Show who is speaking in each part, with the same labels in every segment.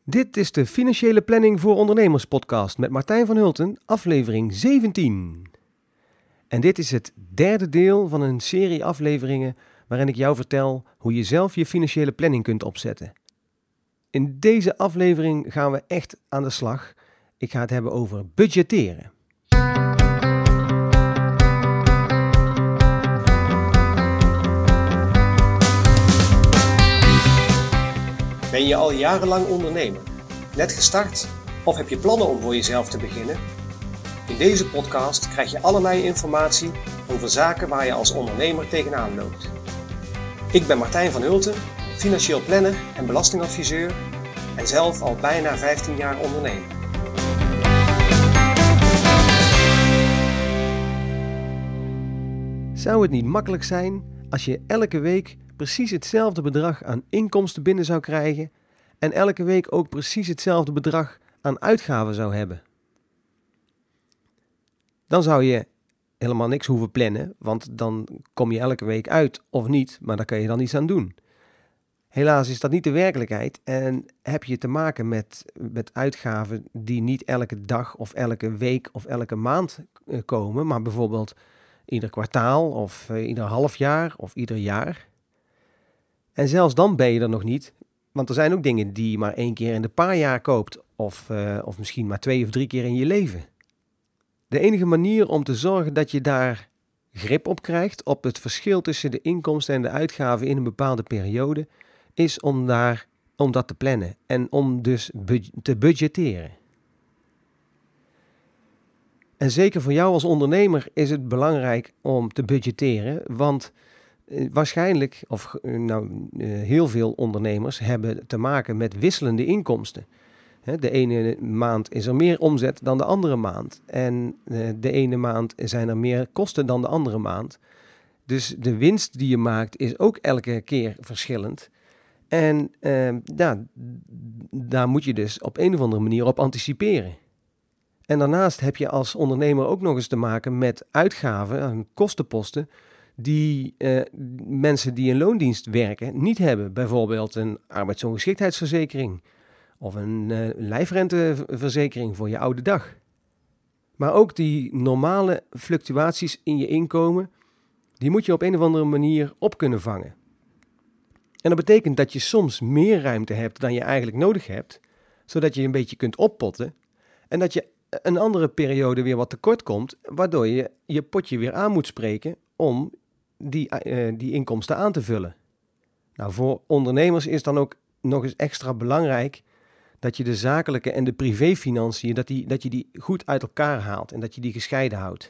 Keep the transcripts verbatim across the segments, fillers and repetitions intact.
Speaker 1: Dit is de Financiële Planning voor Ondernemers podcast met Martijn van Hulten, aflevering zeventien. En dit is het derde deel van een serie afleveringen waarin ik jou vertel hoe je zelf je financiële planning kunt opzetten. In deze aflevering gaan we echt aan de slag. Ik ga het hebben over budgetteren.
Speaker 2: Ben je al jarenlang ondernemer? Net gestart? Of heb je plannen om voor jezelf te beginnen? In deze podcast krijg je allerlei informatie over zaken waar je als ondernemer tegenaan loopt. Ik ben Martijn van Hulten, financieel planner en belastingadviseur en zelf al bijna vijftien jaar ondernemer.
Speaker 1: Zou het niet makkelijk zijn als je elke week precies hetzelfde bedrag aan inkomsten binnen zou krijgen en elke week ook precies hetzelfde bedrag aan uitgaven zou hebben? Dan zou je helemaal niks hoeven plannen, want dan kom je elke week uit of niet, maar daar kan je dan iets aan doen. Helaas is dat niet de werkelijkheid en heb je te maken met, met uitgaven die niet elke dag of elke week of elke maand komen, maar bijvoorbeeld ieder kwartaal of uh, ieder half jaar of ieder jaar. En zelfs dan ben je er nog niet, want er zijn ook dingen die je maar één keer in de paar jaar koopt of, uh, of misschien maar twee of drie keer in je leven. De enige manier om te zorgen dat je daar grip op krijgt, op het verschil tussen de inkomsten en de uitgaven in een bepaalde periode, is om, daar, om dat te plannen en om dus bud- te budgetteren. En zeker voor jou als ondernemer is het belangrijk om te budgetteren, want uh, waarschijnlijk, of uh, nou uh, heel veel ondernemers hebben te maken met wisselende inkomsten. He, de ene maand is er meer omzet dan de andere maand en uh, de ene maand zijn er meer kosten dan de andere maand. Dus de winst die je maakt is ook elke keer verschillend. En uh, ja, daar moet je dus op een of andere manier op anticiperen. En daarnaast heb je als ondernemer ook nog eens te maken met uitgaven, kostenposten, die uh, mensen die in loondienst werken niet hebben. Bijvoorbeeld een arbeidsongeschiktheidsverzekering of een uh, lijfrenteverzekering voor je oude dag. Maar ook die normale fluctuaties in je inkomen, die moet je op een of andere manier op kunnen vangen. En dat betekent dat je soms meer ruimte hebt dan je eigenlijk nodig hebt, zodat je een beetje kunt oppotten en dat je een andere periode weer wat tekort komt, waardoor je je potje weer aan moet spreken om die, uh, die inkomsten aan te vullen. Nou, voor ondernemers is dan ook nog eens extra belangrijk dat je de zakelijke en de privéfinanciën, dat, die, dat je die goed uit elkaar haalt en dat je die gescheiden houdt.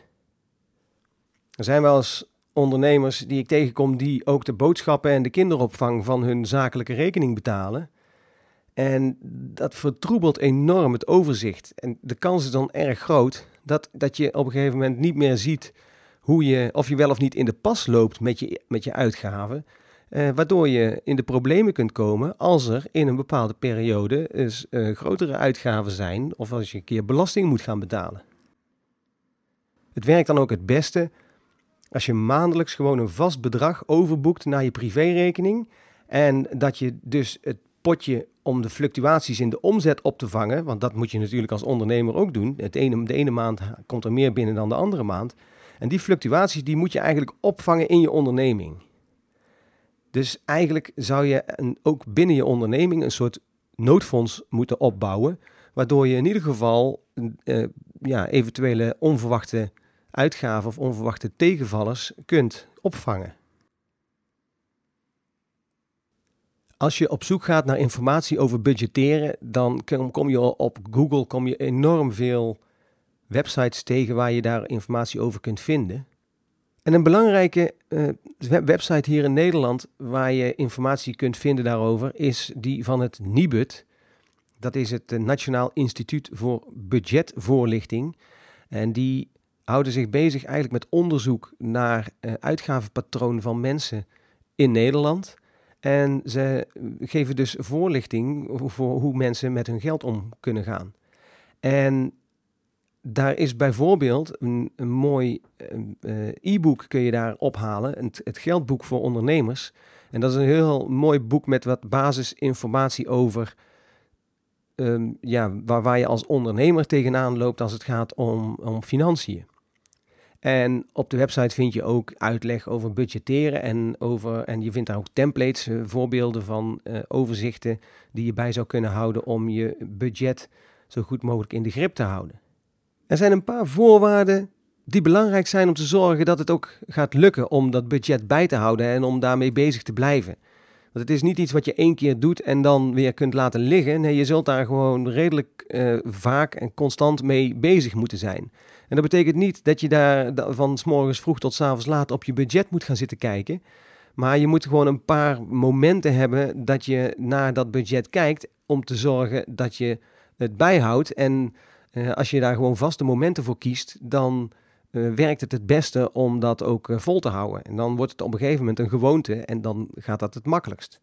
Speaker 1: Er zijn wel eens ondernemers die ik tegenkom die ook de boodschappen en de kinderopvang van hun zakelijke rekening betalen. En dat vertroebelt enorm het overzicht. En de kans is dan erg groot dat, dat je op een gegeven moment niet meer ziet hoe je, of je wel of niet in de pas loopt met je, met je uitgaven. Eh, waardoor je in de problemen kunt komen als er in een bepaalde periode eens, uh, grotere uitgaven zijn of als je een keer belasting moet gaan betalen. Het werkt dan ook het beste als je maandelijks gewoon een vast bedrag overboekt naar je privérekening en dat je dus het potje om de fluctuaties in de omzet op te vangen, want dat moet je natuurlijk als ondernemer ook doen. Het ene, de ene maand komt er meer binnen dan de andere maand. En die fluctuaties die moet je eigenlijk opvangen in je onderneming. Dus eigenlijk zou je een, ook binnen je onderneming een soort noodfonds moeten opbouwen, waardoor je in ieder geval uh, ja, eventuele onverwachte uitgaven of onverwachte tegenvallers kunt opvangen. Als je op zoek gaat naar informatie over budgetteren, dan kom je op Google kom je enorm veel websites tegen waar je daar informatie over kunt vinden. En een belangrijke uh, website hier in Nederland waar je informatie kunt vinden daarover is die van het Nibud. Dat is het Nationaal Instituut voor Budgetvoorlichting. En die houden zich bezig eigenlijk met onderzoek naar uh, uitgavenpatronen van mensen in Nederland. En ze geven dus voorlichting voor hoe mensen met hun geld om kunnen gaan. En daar is bijvoorbeeld een, een mooi uh, e-book kun je daar ophalen, het, het Geldboek voor Ondernemers. En dat is een heel mooi boek met wat basisinformatie over um, ja, waar, waar je als ondernemer tegenaan loopt als het gaat om, om financiën. En op de website vind je ook uitleg over budgetteren en, over, en je vindt daar ook templates, uh, voorbeelden van uh, overzichten die je bij zou kunnen houden om je budget zo goed mogelijk in de grip te houden. Er zijn een paar voorwaarden die belangrijk zijn om te zorgen dat het ook gaat lukken om dat budget bij te houden en om daarmee bezig te blijven. Want het is niet iets wat je één keer doet en dan weer kunt laten liggen. Nee, je zult daar gewoon redelijk uh, vaak en constant mee bezig moeten zijn. En dat betekent niet dat je daar van 's morgens vroeg tot 's avonds laat op je budget moet gaan zitten kijken. Maar je moet gewoon een paar momenten hebben dat je naar dat budget kijkt om te zorgen dat je het bijhoudt. En uh, als je daar gewoon vaste momenten voor kiest, dan uh, werkt het het beste om dat ook uh, vol te houden. En dan wordt het op een gegeven moment een gewoonte en dan gaat dat het makkelijkst.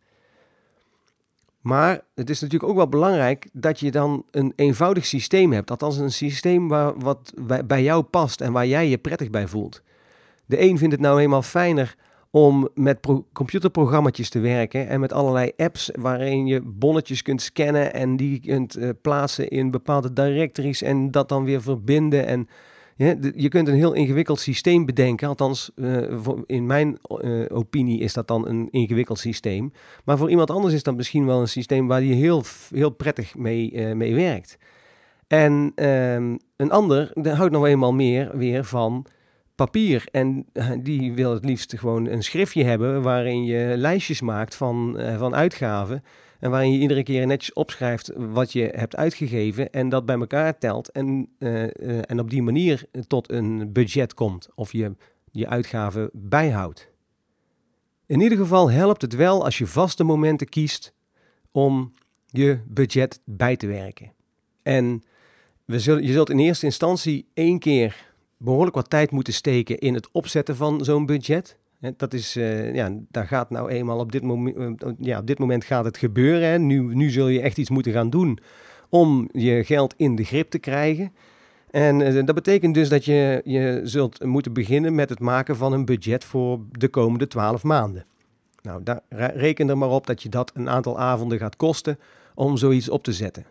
Speaker 1: Maar het is natuurlijk ook wel belangrijk dat je dan een eenvoudig systeem hebt. Althans een systeem waar, wat bij jou past en waar jij je prettig bij voelt. De een vindt het nou eenmaal fijner om met pro- computerprogramma's te werken en met allerlei apps waarin je bonnetjes kunt scannen en die kunt uh, plaatsen in bepaalde directories en dat dan weer verbinden. En ja, de, je kunt een heel ingewikkeld systeem bedenken. Althans, uh, voor, in mijn uh, opinie is dat dan een ingewikkeld systeem. Maar voor iemand anders is dat misschien wel een systeem waar je heel, heel prettig mee, uh, mee werkt. En uh, een ander houdt nog eenmaal meer weer van papier. En uh, die wil het liefst gewoon een schriftje hebben waarin je lijstjes maakt van, uh, van uitgaven. En waarin je iedere keer netjes opschrijft wat je hebt uitgegeven en dat bij elkaar telt. En, uh, uh, en op die manier tot een budget komt of je je uitgaven bijhoudt. In ieder geval helpt het wel als je vaste momenten kiest om je budget bij te werken. En we zullen, je zult in eerste instantie één keer behoorlijk wat tijd moeten steken in het opzetten van zo'n budget. Dat is, uh, ja, daar gaat nou eenmaal op dit moment, uh, ja, op dit moment gaat het gebeuren. Hè. Nu, nu zul je echt iets moeten gaan doen om je geld in de grip te krijgen. En uh, dat betekent dus dat je, je zult moeten beginnen met het maken van een budget voor de komende twaalf maanden. Nou, daar, reken er maar op dat je dat een aantal avonden gaat kosten om zoiets op te zetten.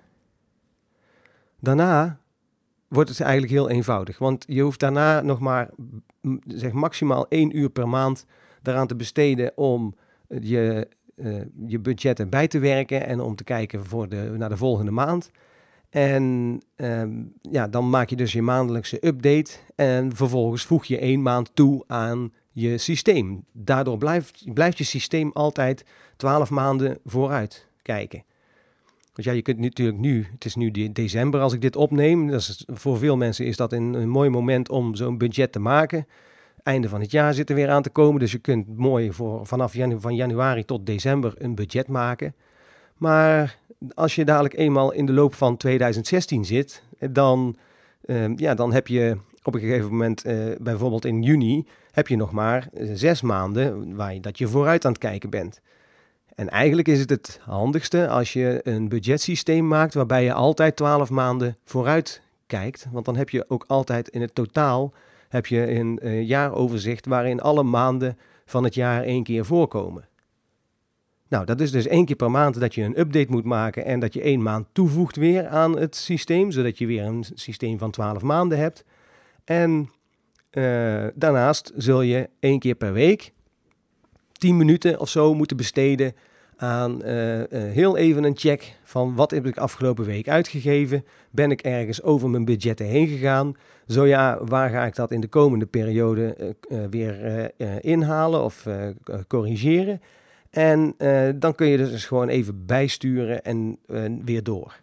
Speaker 1: Daarna wordt het eigenlijk heel eenvoudig. Want je hoeft daarna nog maar zeg, maximaal één uur per maand daaraan te besteden om je, uh, je budgetten bij te werken en om te kijken voor de, naar de volgende maand. En um, ja, dan maak je dus je maandelijkse update en vervolgens voeg je één maand toe aan je systeem. Daardoor blijft, blijft je systeem altijd twaalf maanden vooruit kijken. Want ja, je kunt natuurlijk nu, het is nu december als ik dit opneem. Dat is, voor veel mensen is dat een, een mooi moment om zo'n budget te maken. Einde van het jaar zit er weer aan te komen. Dus je kunt mooi voor, vanaf janu- van januari tot december een budget maken. Maar als je dadelijk eenmaal in de loop van tweeduizend zestien zit, dan, uh, ja, dan heb je op een gegeven moment, uh, bijvoorbeeld in juni, heb je nog maar uh, zes maanden waar je, dat je vooruit aan het kijken bent. En eigenlijk is het het handigste als je een budgetsysteem maakt waarbij je altijd twaalf maanden vooruit kijkt. Want dan heb je ook altijd in het totaal heb je een uh, jaaroverzicht waarin alle maanden van het jaar één keer voorkomen. Nou, dat is dus één keer per maand dat je een update moet maken en dat je één maand toevoegt weer aan het systeem, zodat je weer een systeem van twaalf maanden hebt. En uh, daarnaast zul je één keer per week tien minuten of zo moeten besteden aan uh, uh, heel even een check van wat heb ik afgelopen week uitgegeven. Ben ik ergens over mijn budgetten heen gegaan? Zo ja, waar ga ik dat in de komende periode uh, uh, weer uh, uh, inhalen of uh, corrigeren? En uh, dan kun je dus gewoon even bijsturen en uh, weer door.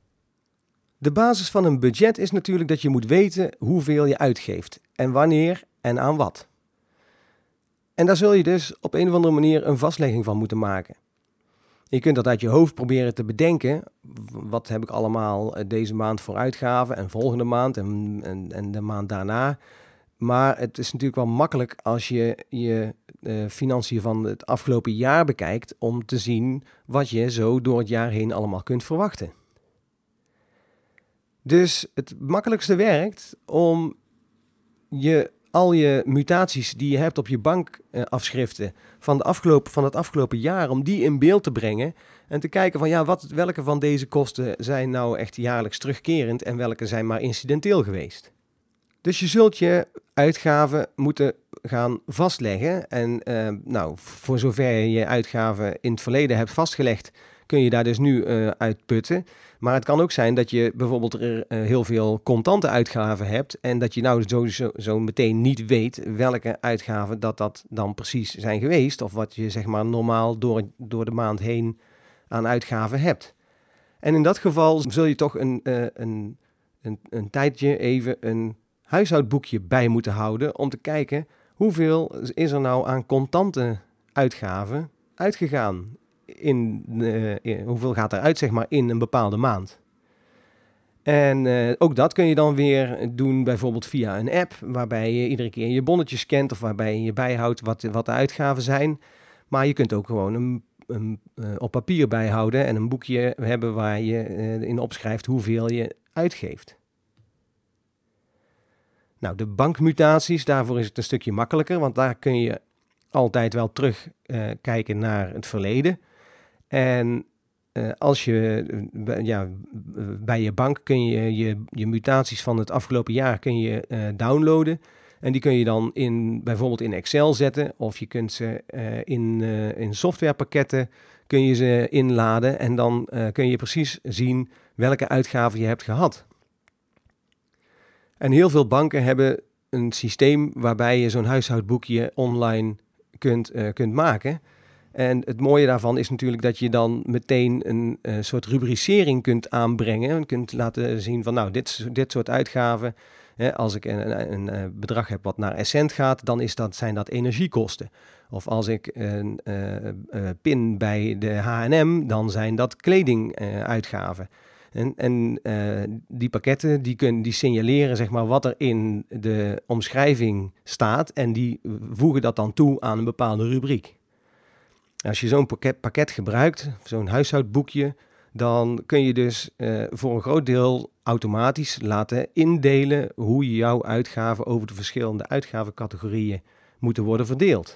Speaker 1: De basis van een budget is natuurlijk dat je moet weten hoeveel je uitgeeft en wanneer en aan wat. En daar zul je dus op een of andere manier een vastlegging van moeten maken. Je kunt dat uit je hoofd proberen te bedenken. Wat heb ik allemaal deze maand voor uitgaven en volgende maand en, en, en de maand daarna. Maar het is natuurlijk wel makkelijk als je je uh, financiën van het afgelopen jaar bekijkt om te zien wat je zo door het jaar heen allemaal kunt verwachten. Dus het makkelijkste werkt om je al je mutaties die je hebt op je bankafschriften van, de afgelopen, van het afgelopen jaar, om die in beeld te brengen en te kijken van ja, wat, welke van deze kosten zijn nou echt jaarlijks terugkerend en welke zijn maar incidenteel geweest. Dus je zult je uitgaven moeten gaan vastleggen. En uh, nou, voor zover je je uitgaven in het verleden hebt vastgelegd, kun je daar dus nu uh, uit putten. Maar het kan ook zijn dat je bijvoorbeeld er, uh, heel veel contante uitgaven hebt en dat je nou zo, zo, zo meteen niet weet welke uitgaven dat dat dan precies zijn geweest. Of wat je zeg maar normaal door, door de maand heen aan uitgaven hebt. En in dat geval zul je toch een, uh, een, een, een tijdje even een huishoudboekje bij moeten houden om te kijken hoeveel is er nou aan contante uitgaven uitgegaan. In, uh, in, hoeveel gaat eruit zeg maar in een bepaalde maand. En uh, ook dat kun je dan weer doen bijvoorbeeld via een app waarbij je iedere keer je bonnetjes scant of waarbij je bijhoudt wat, wat de uitgaven zijn. Maar je kunt ook gewoon een, een, uh, op papier bijhouden en een boekje hebben waar je uh, in opschrijft hoeveel je uitgeeft. Nou, de bankmutaties, daarvoor is het een stukje makkelijker, want daar kun je altijd wel terug uh, kijken naar het verleden. En uh, als je uh, ja, bij je bank kun je, je je mutaties van het afgelopen jaar kun je uh, downloaden. En die kun je dan in, bijvoorbeeld in Excel zetten. Of je kunt ze uh, in, uh, in softwarepakketten kun je ze inladen. En dan uh, kun je precies zien welke uitgaven je hebt gehad. En heel veel banken hebben een systeem waarbij je zo'n huishoudboekje online kunt, uh, kunt maken. En het mooie daarvan is natuurlijk dat je dan meteen een uh, soort rubricering kunt aanbrengen. En kunt laten zien van nou, dit, dit soort uitgaven. Hè, als ik een, een, een bedrag heb wat naar Essent gaat, dan is dat, zijn dat energiekosten. Of als ik een uh, uh, pin bij de H en M, dan zijn dat kledinguitgaven. Uh, En, en uh, die pakketten die, kun, die signaleren zeg maar, wat er in de omschrijving staat en die voegen dat dan toe aan een bepaalde rubriek. Als je zo'n pakket, pakket gebruikt, zo'n huishoudboekje, dan kun je dus uh, voor een groot deel automatisch laten indelen hoe jouw uitgaven over de verschillende uitgavencategorieën moeten worden verdeeld.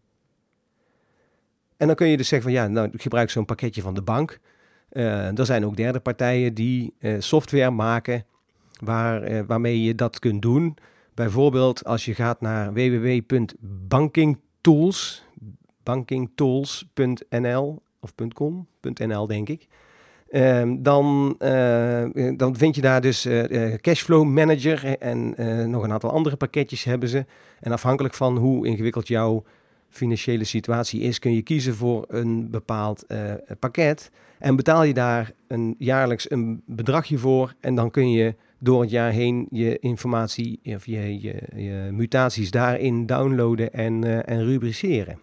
Speaker 1: En dan kun je dus zeggen van ja, nou, ik gebruik zo'n pakketje van de bank. Uh, er zijn ook derde partijen die uh, software maken waar, uh, waarmee je dat kunt doen. Bijvoorbeeld als je gaat naar w w w punt bankingtools, bankingtools punt n l of .com, .nl denk ik. Uh, dan, uh, dan vind je daar dus uh, Cashflow Manager en uh, nog een aantal andere pakketjes hebben ze. En afhankelijk van hoe ingewikkeld jouw financiële situatie is, kun je kiezen voor een bepaald uh, pakket. En betaal je daar een, jaarlijks een bedragje voor en dan kun je door het jaar heen je informatie of je, je, je mutaties daarin downloaden en, uh, en rubriceren.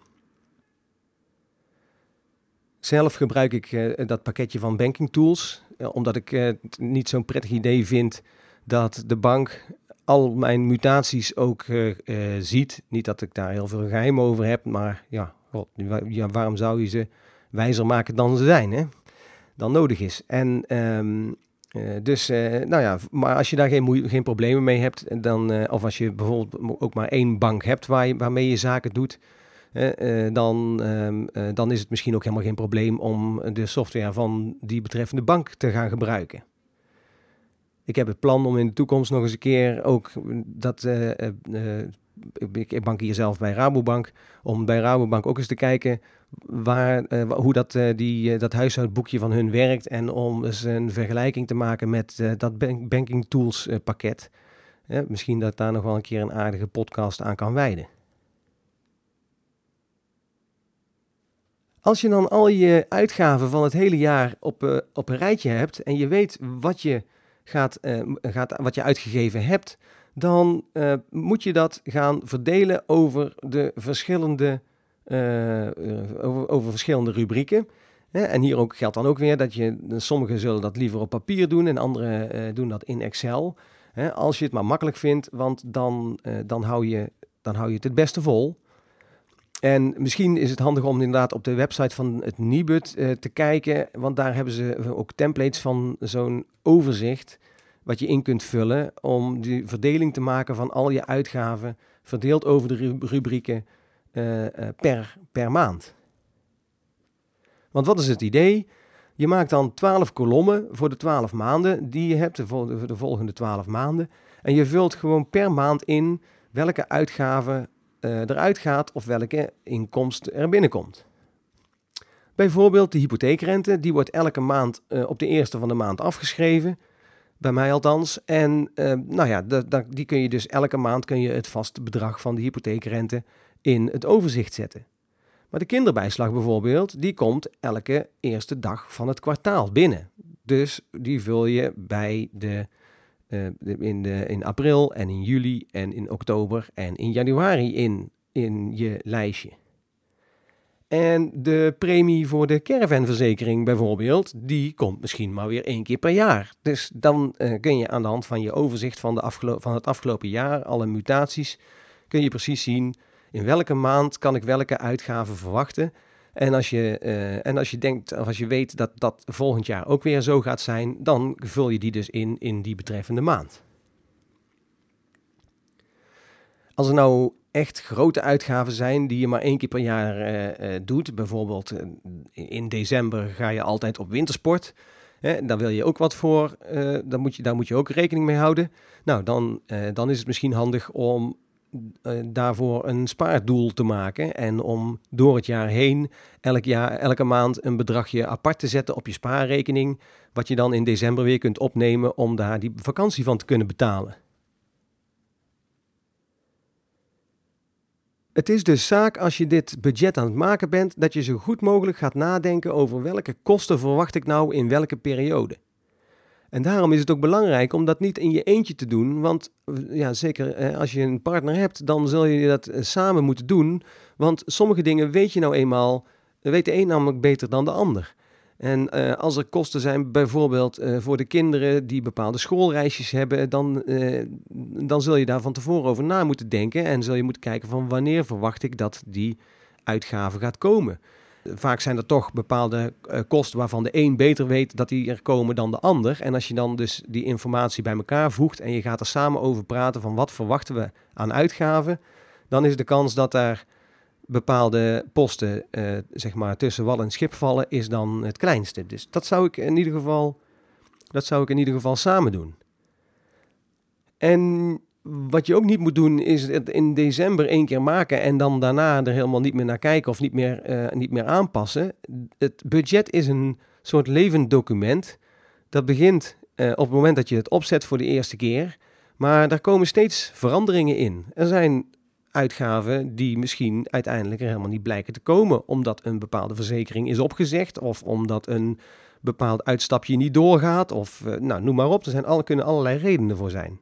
Speaker 1: Zelf gebruik ik uh, dat pakketje van Banking Tools, uh, omdat ik uh, het niet zo'n prettig idee vind dat de bank al mijn mutaties ook uh, uh, ziet. Niet dat ik daar heel veel geheim over heb, maar ja, God, ja, waarom zou je ze wijzer maken dan ze zijn, hè? Dan nodig is. En um, uh, dus, uh, nou ja, maar als je daar geen, moe- geen problemen mee hebt, dan, uh, of als je bijvoorbeeld ook maar één bank hebt waar je, waarmee je zaken doet, uh, uh, dan, um, uh, dan is het misschien ook helemaal geen probleem om de software van die betreffende bank te gaan gebruiken. Ik heb het plan om in de toekomst nog eens een keer ook dat, uh, uh, ik bank hier zelf bij Rabobank, om bij Rabobank ook eens te kijken waar, uh, hoe dat, uh, die, uh, dat huishoudboekje van hun werkt en om eens een vergelijking te maken met uh, dat bank, Banking Tools uh, pakket. Uh, misschien dat daar nog wel een keer een aardige podcast aan kan wijden. Als je dan al je uitgaven van het hele jaar op, uh, op een rijtje hebt en je weet wat je Gaat, uh, gaat, wat je uitgegeven hebt, dan uh, moet je dat gaan verdelen over de verschillende, uh, uh, over, over verschillende rubrieken. Ja, en hier ook, geldt dan ook weer dat je, sommigen zullen dat liever op papier doen en anderen uh, doen dat in Excel. Ja, als je het maar makkelijk vindt, want dan, uh, dan, hou je, dan hou je het het beste vol. En misschien is het handig om inderdaad op de website van het Nibud uh, te kijken, want daar hebben ze ook templates van zo'n overzicht wat je in kunt vullen om die verdeling te maken van al je uitgaven verdeeld over de rubrieken uh, uh, per, per maand. Want wat is het idee? Je maakt dan twaalf kolommen voor de twaalf maanden die je hebt, voor de volgende twaalf maanden. En je vult gewoon per maand in welke uitgave uh, eruit gaat of welke inkomst er binnenkomt. Bijvoorbeeld de hypotheekrente, die wordt elke maand uh, op de eerste van de maand afgeschreven. Bij mij althans. En uh, nou ja, de, de, die kun je dus elke maand kun je het vaste bedrag van de hypotheekrente in het overzicht zetten. Maar de kinderbijslag bijvoorbeeld, die komt elke eerste dag van het kwartaal binnen. Dus die vul je bij de, uh, de, in, de, in april en in juli en in oktober en in januari in, in je lijstje. En de premie voor de caravanverzekering bijvoorbeeld, die komt misschien maar weer één keer per jaar. Dus dan uh, kun je aan de hand van je overzicht van, de afgelo- van het afgelopen jaar, alle mutaties, kun je precies zien in welke maand kan ik welke uitgaven verwachten. En als je, uh, en als je denkt, of als je weet dat dat volgend jaar ook weer zo gaat zijn, dan vul je die dus in in die betreffende maand. Als er nou echt grote uitgaven zijn die je maar één keer per jaar uh, uh, doet. Bijvoorbeeld uh, in december ga je altijd op wintersport. Hè, daar wil je ook wat voor. Uh, dan moet je, daar moet je ook rekening mee houden. Nou, dan, uh, dan is het misschien handig om uh, daarvoor een spaardoel te maken. En om door het jaar heen elk jaar, elke maand een bedragje apart te zetten op je spaarrekening. Wat je dan in december weer kunt opnemen om daar die vakantie van te kunnen betalen. Het is dus zaak als je dit budget aan het maken bent, dat je zo goed mogelijk gaat nadenken over welke kosten verwacht ik nou in welke periode. En daarom is het ook belangrijk om dat niet in je eentje te doen, want ja, zeker als je een partner hebt, dan zul je dat samen moeten doen, want sommige dingen weet je nou eenmaal, weet de een namelijk beter dan de ander. En uh, als er kosten zijn, bijvoorbeeld uh, voor de kinderen die bepaalde schoolreisjes hebben, dan, uh, dan zul je daar van tevoren over na moeten denken en zul je moeten kijken van wanneer verwacht ik dat die uitgave gaat komen. Vaak zijn er toch bepaalde uh, kosten waarvan de een beter weet dat die er komen dan de ander. En als je dan dus die informatie bij elkaar voegt en je gaat er samen over praten van wat verwachten we aan uitgaven, dan is de kans dat daar bepaalde posten uh, zeg maar tussen wal en schip vallen is dan het kleinste. Dus dat zou ik in ieder geval, dat zou ik in ieder geval samen doen. En wat je ook niet moet doen is het in december één keer maken en dan daarna er helemaal niet meer naar kijken of niet meer, uh, niet meer aanpassen. Het budget is een soort levend document. Dat begint uh, op het moment dat je het opzet voor de eerste keer. Maar daar komen steeds veranderingen in. Er zijn uitgaven die misschien uiteindelijk er helemaal niet blijken te komen, omdat een bepaalde verzekering is opgezegd of omdat een bepaald uitstapje niet doorgaat of uh, nou, noem maar op. Er zijn alle, kunnen allerlei redenen voor zijn.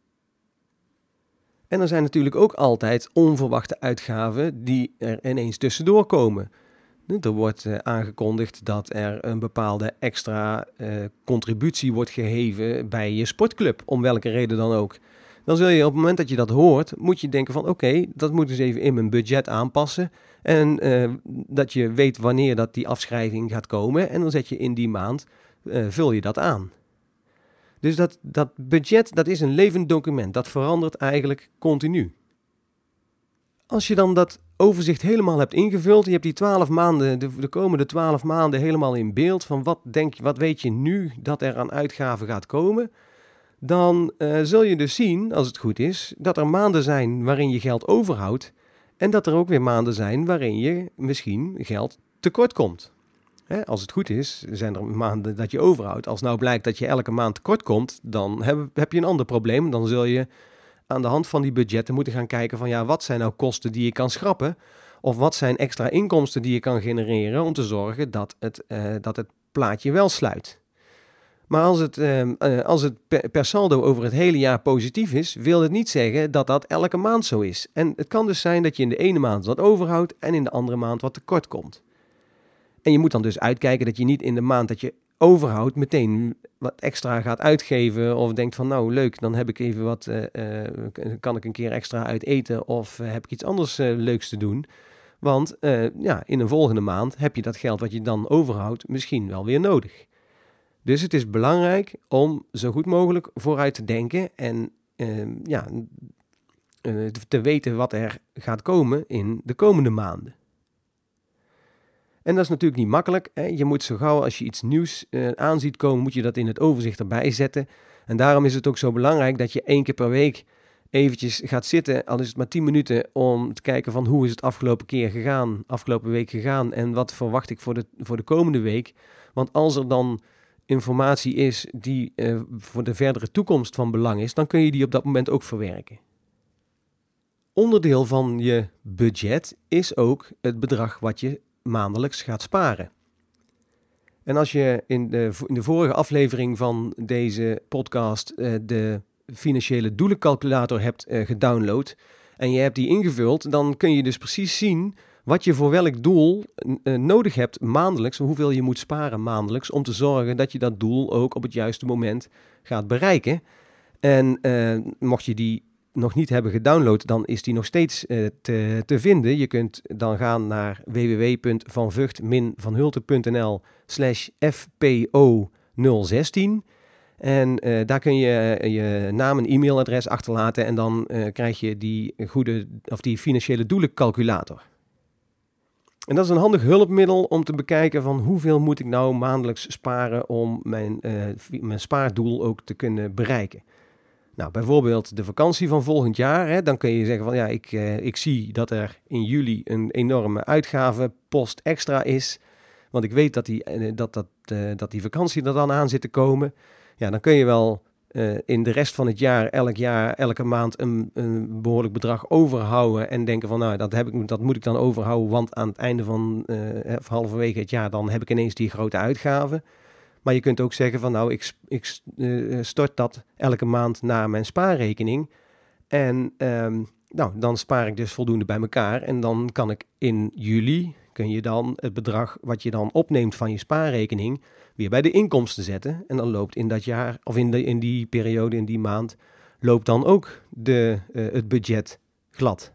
Speaker 1: En er zijn natuurlijk ook altijd onverwachte uitgaven die er ineens tussendoor komen. Er wordt uh, aangekondigd dat er een bepaalde extra uh, contributie wordt geheven bij je sportclub, om welke reden dan ook. Dan zul je op het moment dat je dat hoort, moet je denken van oké, okay, dat moet dus even in mijn budget aanpassen. En uh, dat je weet wanneer dat die afschrijving gaat komen. En dan zet je in die maand, uh, vul je dat aan. Dus dat, dat budget, dat is een levend document. Dat verandert eigenlijk continu. Als je dan dat overzicht helemaal hebt ingevuld, je hebt die twaalf maanden, de, de komende twaalf maanden helemaal in beeld van wat denk je, wat weet je nu dat er aan uitgaven gaat komen, dan uh, zul je dus zien, als het goed is, dat er maanden zijn waarin je geld overhoudt en dat er ook weer maanden zijn waarin je misschien geld tekort komt. Hè, als het goed is, zijn er maanden dat je overhoudt. Als nou blijkt dat je elke maand tekort komt, dan heb, heb je een ander probleem. Dan zul je aan de hand van die budgetten moeten gaan kijken van ja, wat zijn nou kosten die je kan schrappen? Of wat zijn extra inkomsten die je kan genereren om te zorgen dat het, uh, dat het plaatje wel sluit. Maar als het, uh, uh, als het per, per saldo over het hele jaar positief is, wil het niet zeggen dat dat elke maand zo is. En het kan dus zijn dat je in de ene maand wat overhoudt en in de andere maand wat tekort komt. En je moet dan dus uitkijken dat je niet in de maand dat je overhoudt meteen wat extra gaat uitgeven of denkt van nou leuk, dan heb ik even wat, uh, uh, kan ik een keer extra uit eten of uh, heb ik iets anders uh, leuks te doen. Want uh, ja, in een volgende maand heb je dat geld wat je dan overhoudt misschien wel weer nodig. Dus het is belangrijk om zo goed mogelijk vooruit te denken en uh, ja, uh, te weten wat er gaat komen in de komende maanden. En dat is natuurlijk niet makkelijk. Hè? Je moet zo gauw als je iets nieuws uh, aan ziet komen, moet je dat in het overzicht erbij zetten. En daarom is het ook zo belangrijk dat je één keer per week eventjes gaat zitten, al is het maar tien minuten, om te kijken van hoe is het afgelopen keer gegaan, afgelopen week gegaan en wat verwacht ik voor de, voor de komende week. Want als er dan informatie is die uh, voor de verdere toekomst van belang is, dan kun je die op dat moment ook verwerken. Onderdeel van je budget is ook het bedrag wat je maandelijks gaat sparen. En als je in de, in de vorige aflevering van deze podcast uh, de financiële doelencalculator hebt uh, gedownload en je hebt die ingevuld, dan kun je dus precies zien wat je voor welk doel uh, nodig hebt maandelijks, hoeveel je moet sparen maandelijks, om te zorgen dat je dat doel ook op het juiste moment gaat bereiken. En uh, mocht je die nog niet hebben gedownload, dan is die nog steeds uh, te, te vinden. Je kunt dan gaan naar w w w punt van vught dash van hulten punt n l slash f p o nul zestien. En uh, daar kun je uh, je naam en e-mailadres achterlaten en dan uh, krijg je die goede of die financiële doelencalculator. En dat is een handig hulpmiddel om te bekijken van hoeveel moet ik nou maandelijks sparen om mijn, uh, mijn spaardoel ook te kunnen bereiken. Nou, bijvoorbeeld de vakantie van volgend jaar, hè, dan kun je zeggen van ja, ik, uh, ik zie dat er in juli een enorme uitgavenpost extra is, want ik weet dat die, uh, dat, dat, uh, dat die vakantie er dan aan zit te komen. Ja, dan kun je wel uh, in de rest van het jaar, elk jaar, elke maand een, een behoorlijk bedrag overhouden en denken van nou, dat, heb ik, dat moet ik dan overhouden, want aan het einde van, uh, of halverwege het jaar, dan heb ik ineens die grote uitgaven. Maar je kunt ook zeggen van nou, ik, ik uh, stort dat elke maand naar mijn spaarrekening en um, nou, dan spaar ik dus voldoende bij elkaar en dan kan ik in juli, kun je dan het bedrag wat je dan opneemt van je spaarrekening weer bij de inkomsten zetten. En dan loopt in dat jaar, of in, de, in die periode, in die maand, loopt dan ook de, uh, het budget glad.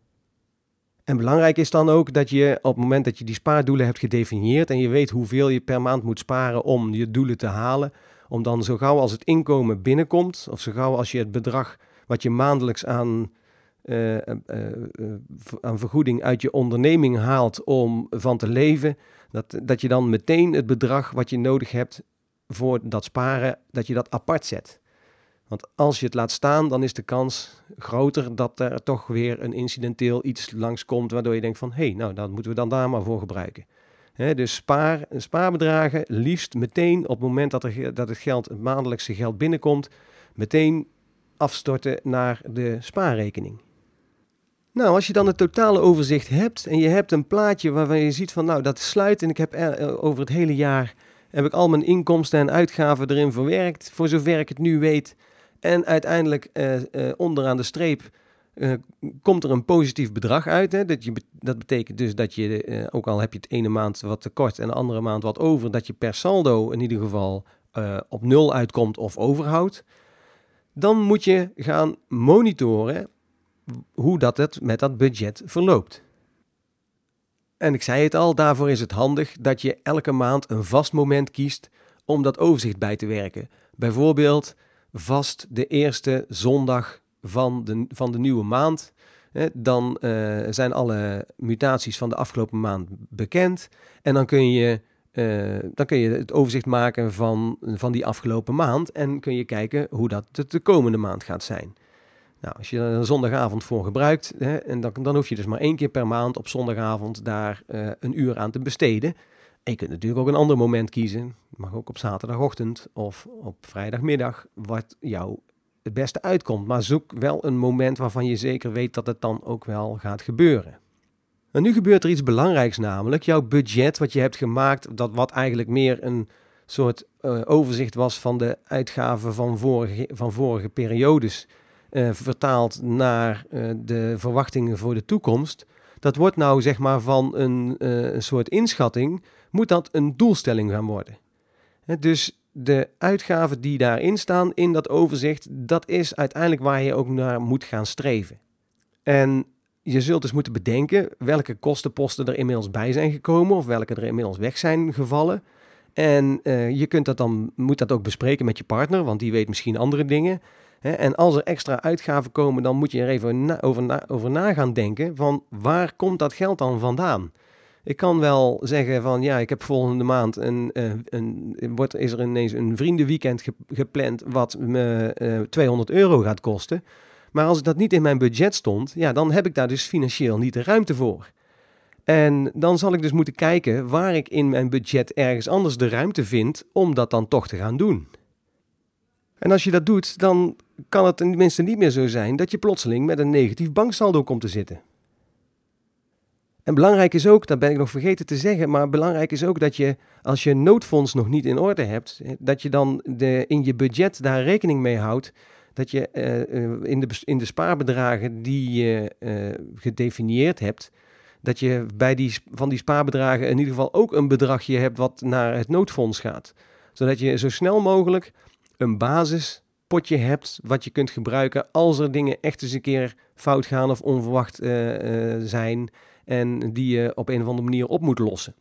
Speaker 1: En belangrijk is dan ook dat je op het moment dat je die spaardoelen hebt gedefinieerd en je weet hoeveel je per maand moet sparen om je doelen te halen, om dan zo gauw als het inkomen binnenkomt, of zo gauw als je het bedrag wat je maandelijks aan, uh, uh, uh, aan vergoeding uit je onderneming haalt om van te leven, dat, dat je dan meteen het bedrag wat je nodig hebt voor dat sparen, dat je dat apart zet. Want als je het laat staan, dan is de kans groter dat er toch weer een incidenteel iets langskomt, waardoor je denkt van, hé, hey, nou, dat moeten we dan daar maar voor gebruiken. He, dus spaar, spaarbedragen liefst meteen op het moment dat, er, dat het geld, het maandelijkse geld binnenkomt, meteen afstorten naar de spaarrekening. Nou, als je dan het totale overzicht hebt en je hebt een plaatje waarvan je ziet van, nou, dat sluit en ik heb er, over het hele jaar heb ik al mijn inkomsten en uitgaven erin verwerkt, voor zover ik het nu weet. En uiteindelijk uh, uh, onderaan de streep uh, komt er een positief bedrag uit. Hè? Dat, je, dat betekent dus dat je, uh, ook al heb je het ene maand wat tekort en de andere maand wat over, dat je per saldo in ieder geval uh, op nul uitkomt of overhoudt. Dan moet je gaan monitoren hoe dat het met dat budget verloopt. En ik zei het al, daarvoor is het handig dat je elke maand een vast moment kiest om dat overzicht bij te werken. Bijvoorbeeld vast de eerste zondag van de, van de nieuwe maand. Dan uh, zijn alle mutaties van de afgelopen maand bekend. En dan kun je, uh, dan kun je het overzicht maken van, van die afgelopen maand. En kun je kijken hoe dat de komende maand gaat zijn. Nou, als je er een zondagavond voor gebruikt, hè, en dan, dan hoef je dus maar één keer per maand op zondagavond daar uh, een uur aan te besteden. En je kunt natuurlijk ook een ander moment kiezen. Mag ook op zaterdagochtend of op vrijdagmiddag, wat jou het beste uitkomt. Maar zoek wel een moment waarvan je zeker weet dat het dan ook wel gaat gebeuren. En nu gebeurt er iets belangrijks, namelijk jouw budget wat je hebt gemaakt, dat wat eigenlijk meer een soort uh, overzicht was van de uitgaven van vorige, van vorige periodes, uh, vertaald naar uh, de verwachtingen voor de toekomst. Dat wordt nou zeg maar van een, uh, een soort inschatting, moet dat een doelstelling gaan worden. He, dus de uitgaven die daarin staan in dat overzicht, dat is uiteindelijk waar je ook naar moet gaan streven. En je zult dus moeten bedenken welke kostenposten er inmiddels bij zijn gekomen of welke er inmiddels weg zijn gevallen. En uh, je kunt dat dan, moet dat ook bespreken met je partner, want die weet misschien andere dingen. Hè, en als er extra uitgaven komen, dan moet je er even na, over, na, over na gaan denken van waar komt dat geld dan vandaan? Ik kan wel zeggen van ja, ik heb volgende maand een, een, een, wordt, is er ineens een vriendenweekend ge, gepland wat me uh, tweehonderd euro gaat kosten. Maar als dat niet in mijn budget stond, ja, dan heb ik daar dus financieel niet de ruimte voor. En dan zal ik dus moeten kijken waar ik in mijn budget ergens anders de ruimte vind om dat dan toch te gaan doen. En als je dat doet, dan kan het tenminste niet meer zo zijn dat je plotseling met een negatief banksaldo komt te zitten. En belangrijk is ook, dat ben ik nog vergeten te zeggen, maar belangrijk is ook dat je, als je noodfonds nog niet in orde hebt, dat je dan de, in je budget daar rekening mee houdt, dat je uh, in, de, in de spaarbedragen die je uh, gedefinieerd hebt, dat je bij die, van die spaarbedragen in ieder geval ook een bedragje hebt wat naar het noodfonds gaat. Zodat je zo snel mogelijk een basispotje hebt wat je kunt gebruiken als er dingen echt eens een keer fout gaan of onverwacht uh, uh, zijn en die je op een of andere manier op moet lossen.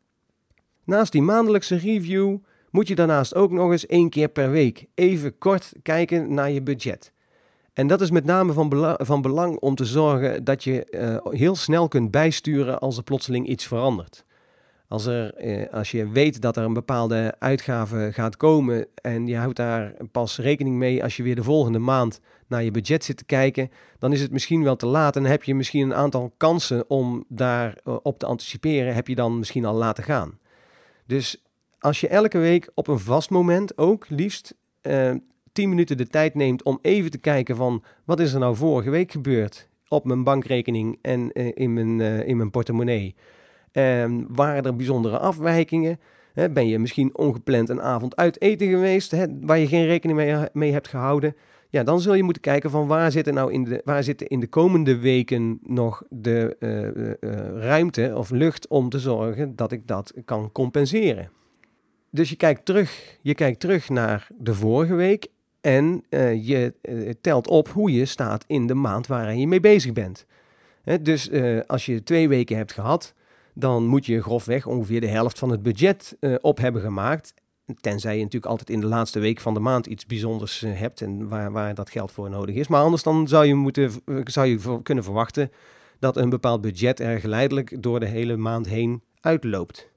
Speaker 1: Naast die maandelijkse review moet je daarnaast ook nog eens één keer per week even kort kijken naar je budget. En dat is met name van, bela- van belang om te zorgen dat je uh, heel snel kunt bijsturen als er plotseling iets verandert. Als, er, uh, als je weet dat er een bepaalde uitgave gaat komen en je houdt daar pas rekening mee als je weer de volgende maand naar je budget zit te kijken, dan is het misschien wel te laat en heb je misschien een aantal kansen om daar uh, op te anticiperen, heb je dan misschien al laten gaan. Dus als je elke week op een vast moment ook liefst uh, tien minuten de tijd neemt om even te kijken van wat is er nou vorige week gebeurd op mijn bankrekening en uh, in, mijn, uh, in mijn portemonnee. Uh, waren er bijzondere afwijkingen? Hè, ben je misschien ongepland een avond uit eten geweest hè, waar je geen rekening mee, mee hebt gehouden? Ja, dan zul je moeten kijken van waar zitten nou in de, waar zitten in de komende weken nog de uh, uh, uh, ruimte of lucht om te zorgen dat ik dat kan compenseren. Dus je kijkt terug, je kijkt terug naar de vorige week en uh, je uh, telt op hoe je staat in de maand waarin je mee bezig bent. Hè, dus uh, als je twee weken hebt gehad, dan moet je grofweg ongeveer de helft van het budget uh, op hebben gemaakt. Tenzij je natuurlijk altijd in de laatste week van de maand iets bijzonders uh, hebt en waar, waar dat geld voor nodig is. Maar anders dan zou je, moeten, uh, zou je voor kunnen verwachten dat een bepaald budget er geleidelijk door de hele maand heen uitloopt.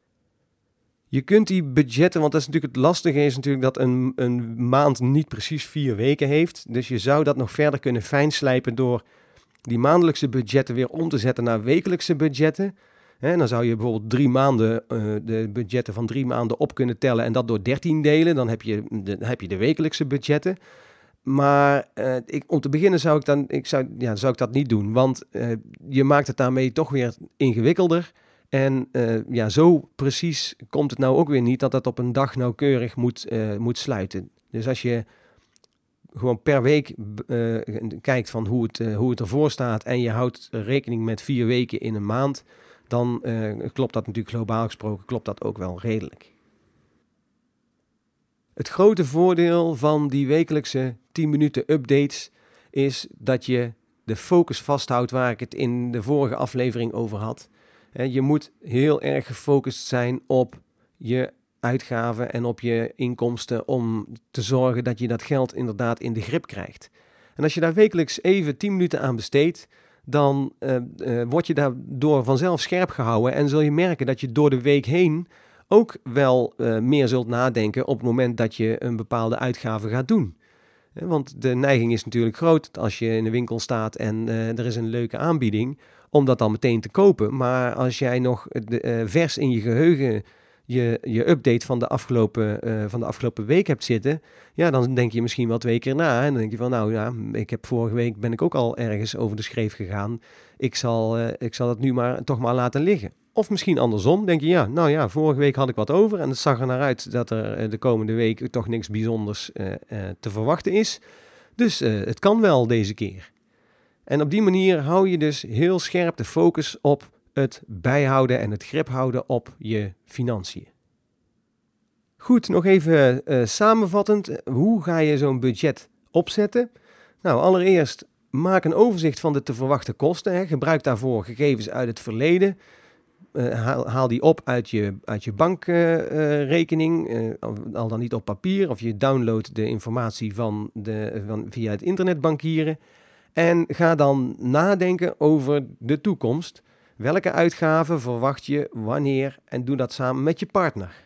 Speaker 1: Je kunt die budgetten, want dat is natuurlijk het lastige, is natuurlijk dat een, een maand niet precies vier weken heeft. Dus je zou dat nog verder kunnen fijnslijpen door die maandelijkse budgetten weer om te zetten naar wekelijkse budgetten. En dan zou je bijvoorbeeld drie maanden, uh, de budgetten van drie maanden op kunnen tellen en dat door dertien delen. Dan heb je de, heb je de wekelijkse budgetten. Maar uh, ik, om te beginnen zou ik, dan, ik zou, ja, zou ik dat niet doen, want uh, je maakt het daarmee toch weer ingewikkelder. En uh, ja, zo precies komt het nou ook weer niet dat dat op een dag nauwkeurig moet, uh, moet sluiten. Dus als je gewoon per week uh, kijkt van hoe het, uh, hoe het ervoor staat en je houdt rekening met vier weken in een maand, dan uh, klopt dat natuurlijk globaal gesproken, klopt dat ook wel redelijk. Het grote voordeel van die wekelijkse tien minuten updates is dat je de focus vasthoudt waar ik het in de vorige aflevering over had. Je moet heel erg gefocust zijn op je uitgaven en op je inkomsten om te zorgen dat je dat geld inderdaad in de grip krijgt. En als je daar wekelijks even tien minuten aan besteedt, dan uh, uh, word je daardoor vanzelf scherp gehouden en zul je merken dat je door de week heen ook wel uh, meer zult nadenken op het moment dat je een bepaalde uitgave gaat doen. Want de neiging is natuurlijk groot als je in de winkel staat en uh, er is een leuke aanbieding om dat dan meteen te kopen. Maar als jij nog de, uh, vers in je geheugen je, je update van de, afgelopen, uh, van de afgelopen week hebt zitten, ja, dan denk je misschien wel twee keer na. En dan denk je van, nou ja, ik heb vorige week ben ik ook al ergens over de schreef gegaan. Ik zal, uh, ik zal het nu maar toch maar laten liggen. Of misschien andersom, denk je, ja, nou ja, vorige week had ik wat over en het zag er naar uit dat er de komende week toch niks bijzonders uh, uh, te verwachten is. Dus uh, het kan wel deze keer. En op die manier hou je dus heel scherp de focus op het bijhouden en het grip houden op je financiën. Goed, nog even uh, samenvattend, hoe ga je zo'n budget opzetten? Nou, allereerst maak een overzicht van de te verwachten kosten. Hè. Gebruik daarvoor gegevens uit het verleden. uh, haal, haal die op uit je, uit je bankrekening, uh, uh, al dan niet op papier, of je downloadt de informatie van de, van, via het internetbankieren. En ga dan nadenken over de toekomst. Welke uitgaven verwacht je, wanneer, en doe dat samen met je partner.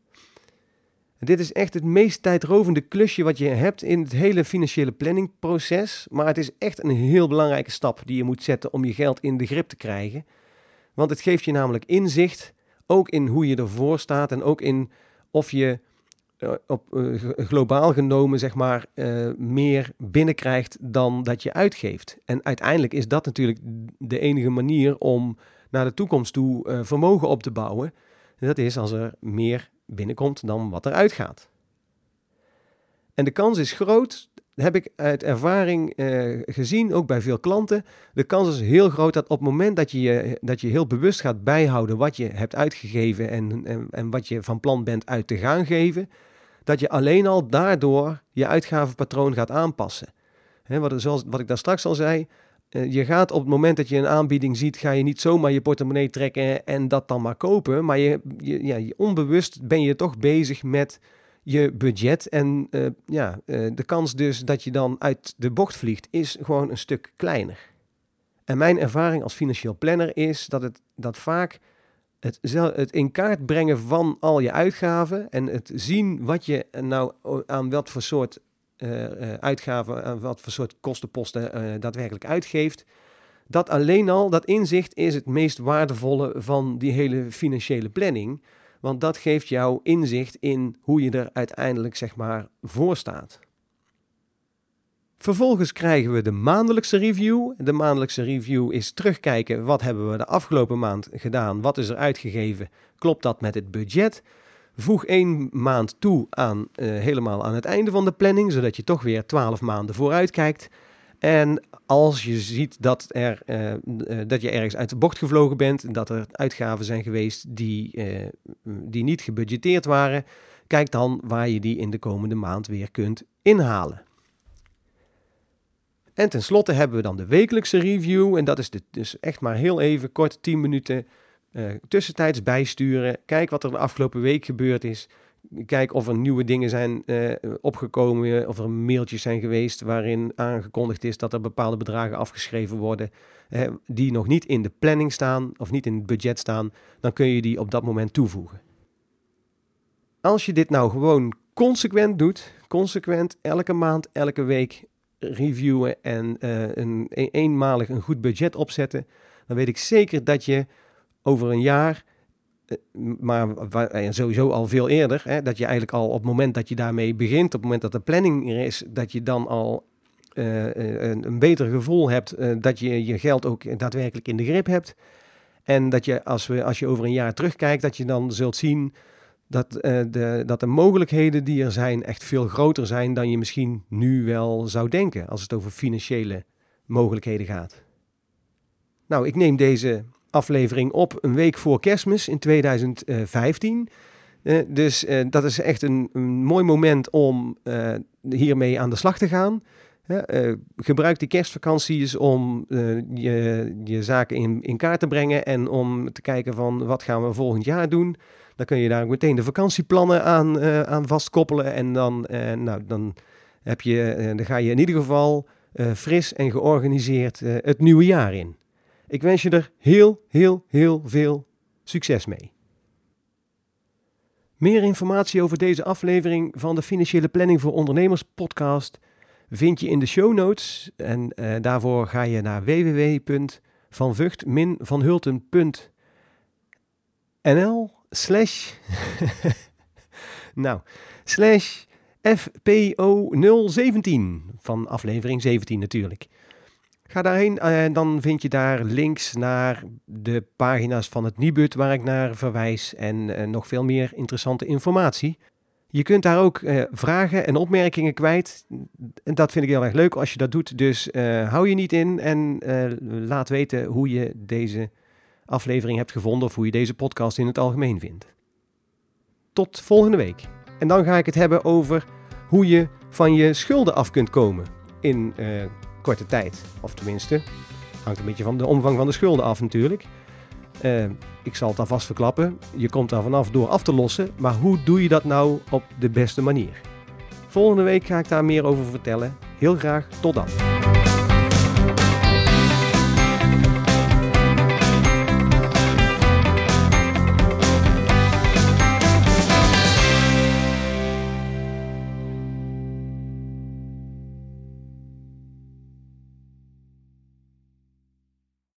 Speaker 1: Dit is echt het meest tijdrovende klusje wat je hebt in het hele financiële planningproces. Maar het is echt een heel belangrijke stap die je moet zetten om je geld in de grip te krijgen. Want het geeft je namelijk inzicht, ook in hoe je ervoor staat en ook in of je uh, op, uh, globaal genomen zeg maar, uh, meer binnenkrijgt dan dat je uitgeeft. En uiteindelijk is dat natuurlijk de enige manier om naar de toekomst toe uh, vermogen op te bouwen. Dat is als er meer binnenkomt dan wat er uitgaat. En de kans is groot, heb ik uit ervaring uh, gezien, ook bij veel klanten. De kans is heel groot dat op het moment dat je, dat je heel bewust gaat bijhouden wat je hebt uitgegeven en, en, en wat je van plan bent uit te gaan geven, dat je alleen al daardoor je uitgavenpatroon gaat aanpassen. He, wat, zoals, wat ik daar straks al zei, uh, je gaat op het moment dat je een aanbieding ziet, ga je niet zomaar je portemonnee trekken en dat dan maar kopen, maar je, je, ja, je onbewust ben je toch bezig met je budget en uh, ja, uh, de kans dus dat je dan uit de bocht vliegt is gewoon een stuk kleiner. En mijn ervaring als financieel planner is dat het dat vaak het, het in kaart brengen van al je uitgaven en het zien wat je nou aan wat voor soort uh, uh, uitgaven, aan wat voor soort kostenposten uh, daadwerkelijk uitgeeft, dat alleen al, dat inzicht is het meest waardevolle van die hele financiële planning. Want dat geeft jou inzicht in hoe je er uiteindelijk zeg maar voor staat. Vervolgens krijgen we de maandelijkse review. De maandelijkse review is terugkijken, wat hebben we de afgelopen maand gedaan, wat is er uitgegeven, klopt dat met het budget. Voeg één maand toe aan uh, helemaal aan het einde van de planning, zodat je toch weer twaalf maanden vooruit kijkt. En als je ziet dat, er, uh, uh, dat je ergens uit de bocht gevlogen bent en dat er uitgaven zijn geweest die, uh, die niet gebudgeteerd waren, kijk dan waar je die in de komende maand weer kunt inhalen. En tenslotte hebben we dan de wekelijkse review en dat is de, dus echt maar heel even, kort tien minuten uh, tussentijds bijsturen. Kijk wat er de afgelopen week gebeurd is. Kijk of er nieuwe dingen zijn uh, opgekomen, of er mailtjes zijn geweest waarin aangekondigd is dat er bepaalde bedragen afgeschreven worden uh, die nog niet in de planning staan of niet in het budget staan, dan kun je die op dat moment toevoegen. Als je dit nou gewoon consequent doet, consequent elke maand, elke week reviewen en uh, een, een, eenmalig een goed budget opzetten, dan weet ik zeker dat je over een jaar, maar sowieso al veel eerder, hè, dat je eigenlijk al op het moment dat je daarmee begint, op het moment dat de planning er is, dat je dan al uh, een, een beter gevoel hebt, uh, dat je je geld ook daadwerkelijk in de grip hebt. En dat je als, we, als je over een jaar terugkijkt, dat je dan zult zien dat, uh, de, dat de mogelijkheden die er zijn echt veel groter zijn dan je misschien nu wel zou denken, als het over financiële mogelijkheden gaat. Nou, ik neem deze aflevering op een week voor Kerstmis in tweeduizend vijftien. Uh, dus uh, dat is echt een, een mooi moment om uh, hiermee aan de slag te gaan. Uh, uh, gebruik die kerstvakanties om uh, je, je zaken in, in kaart te brengen en om te kijken van wat gaan we volgend jaar doen. Dan kun je daar ook meteen de vakantieplannen aan, uh, aan vastkoppelen en dan, uh, nou, dan, heb je, uh, dan ga je in ieder geval uh, fris en georganiseerd uh, het nieuwe jaar in. Ik wens je er heel, heel, heel veel succes mee. Meer informatie over deze aflevering van de Financiële Planning voor Ondernemers podcast vind je in de show notes. En uh, daarvoor ga je naar w w w punt van vught dash van hulten punt n l slash nou, slash F P O nul zeventien van aflevering zeventien natuurlijk. Ga daarheen en uh, dan vind je daar links naar de pagina's van het Nibud waar ik naar verwijs en uh, nog veel meer interessante informatie. Je kunt daar ook uh, vragen en opmerkingen kwijt. En dat vind ik heel erg leuk als je dat doet. Dus uh, hou je niet in en uh, laat weten hoe je deze aflevering hebt gevonden of hoe je deze podcast in het algemeen vindt. Tot volgende week. En dan ga ik het hebben over hoe je van je schulden af kunt komen in uh, korte tijd. Of tenminste, hangt een beetje van de omvang van de schulden af natuurlijk. Uh, ik zal het alvast verklappen. Je komt daar vanaf door af te lossen. Maar hoe doe je dat nou op de beste manier? Volgende week ga ik daar meer over vertellen. Heel graag, tot dan.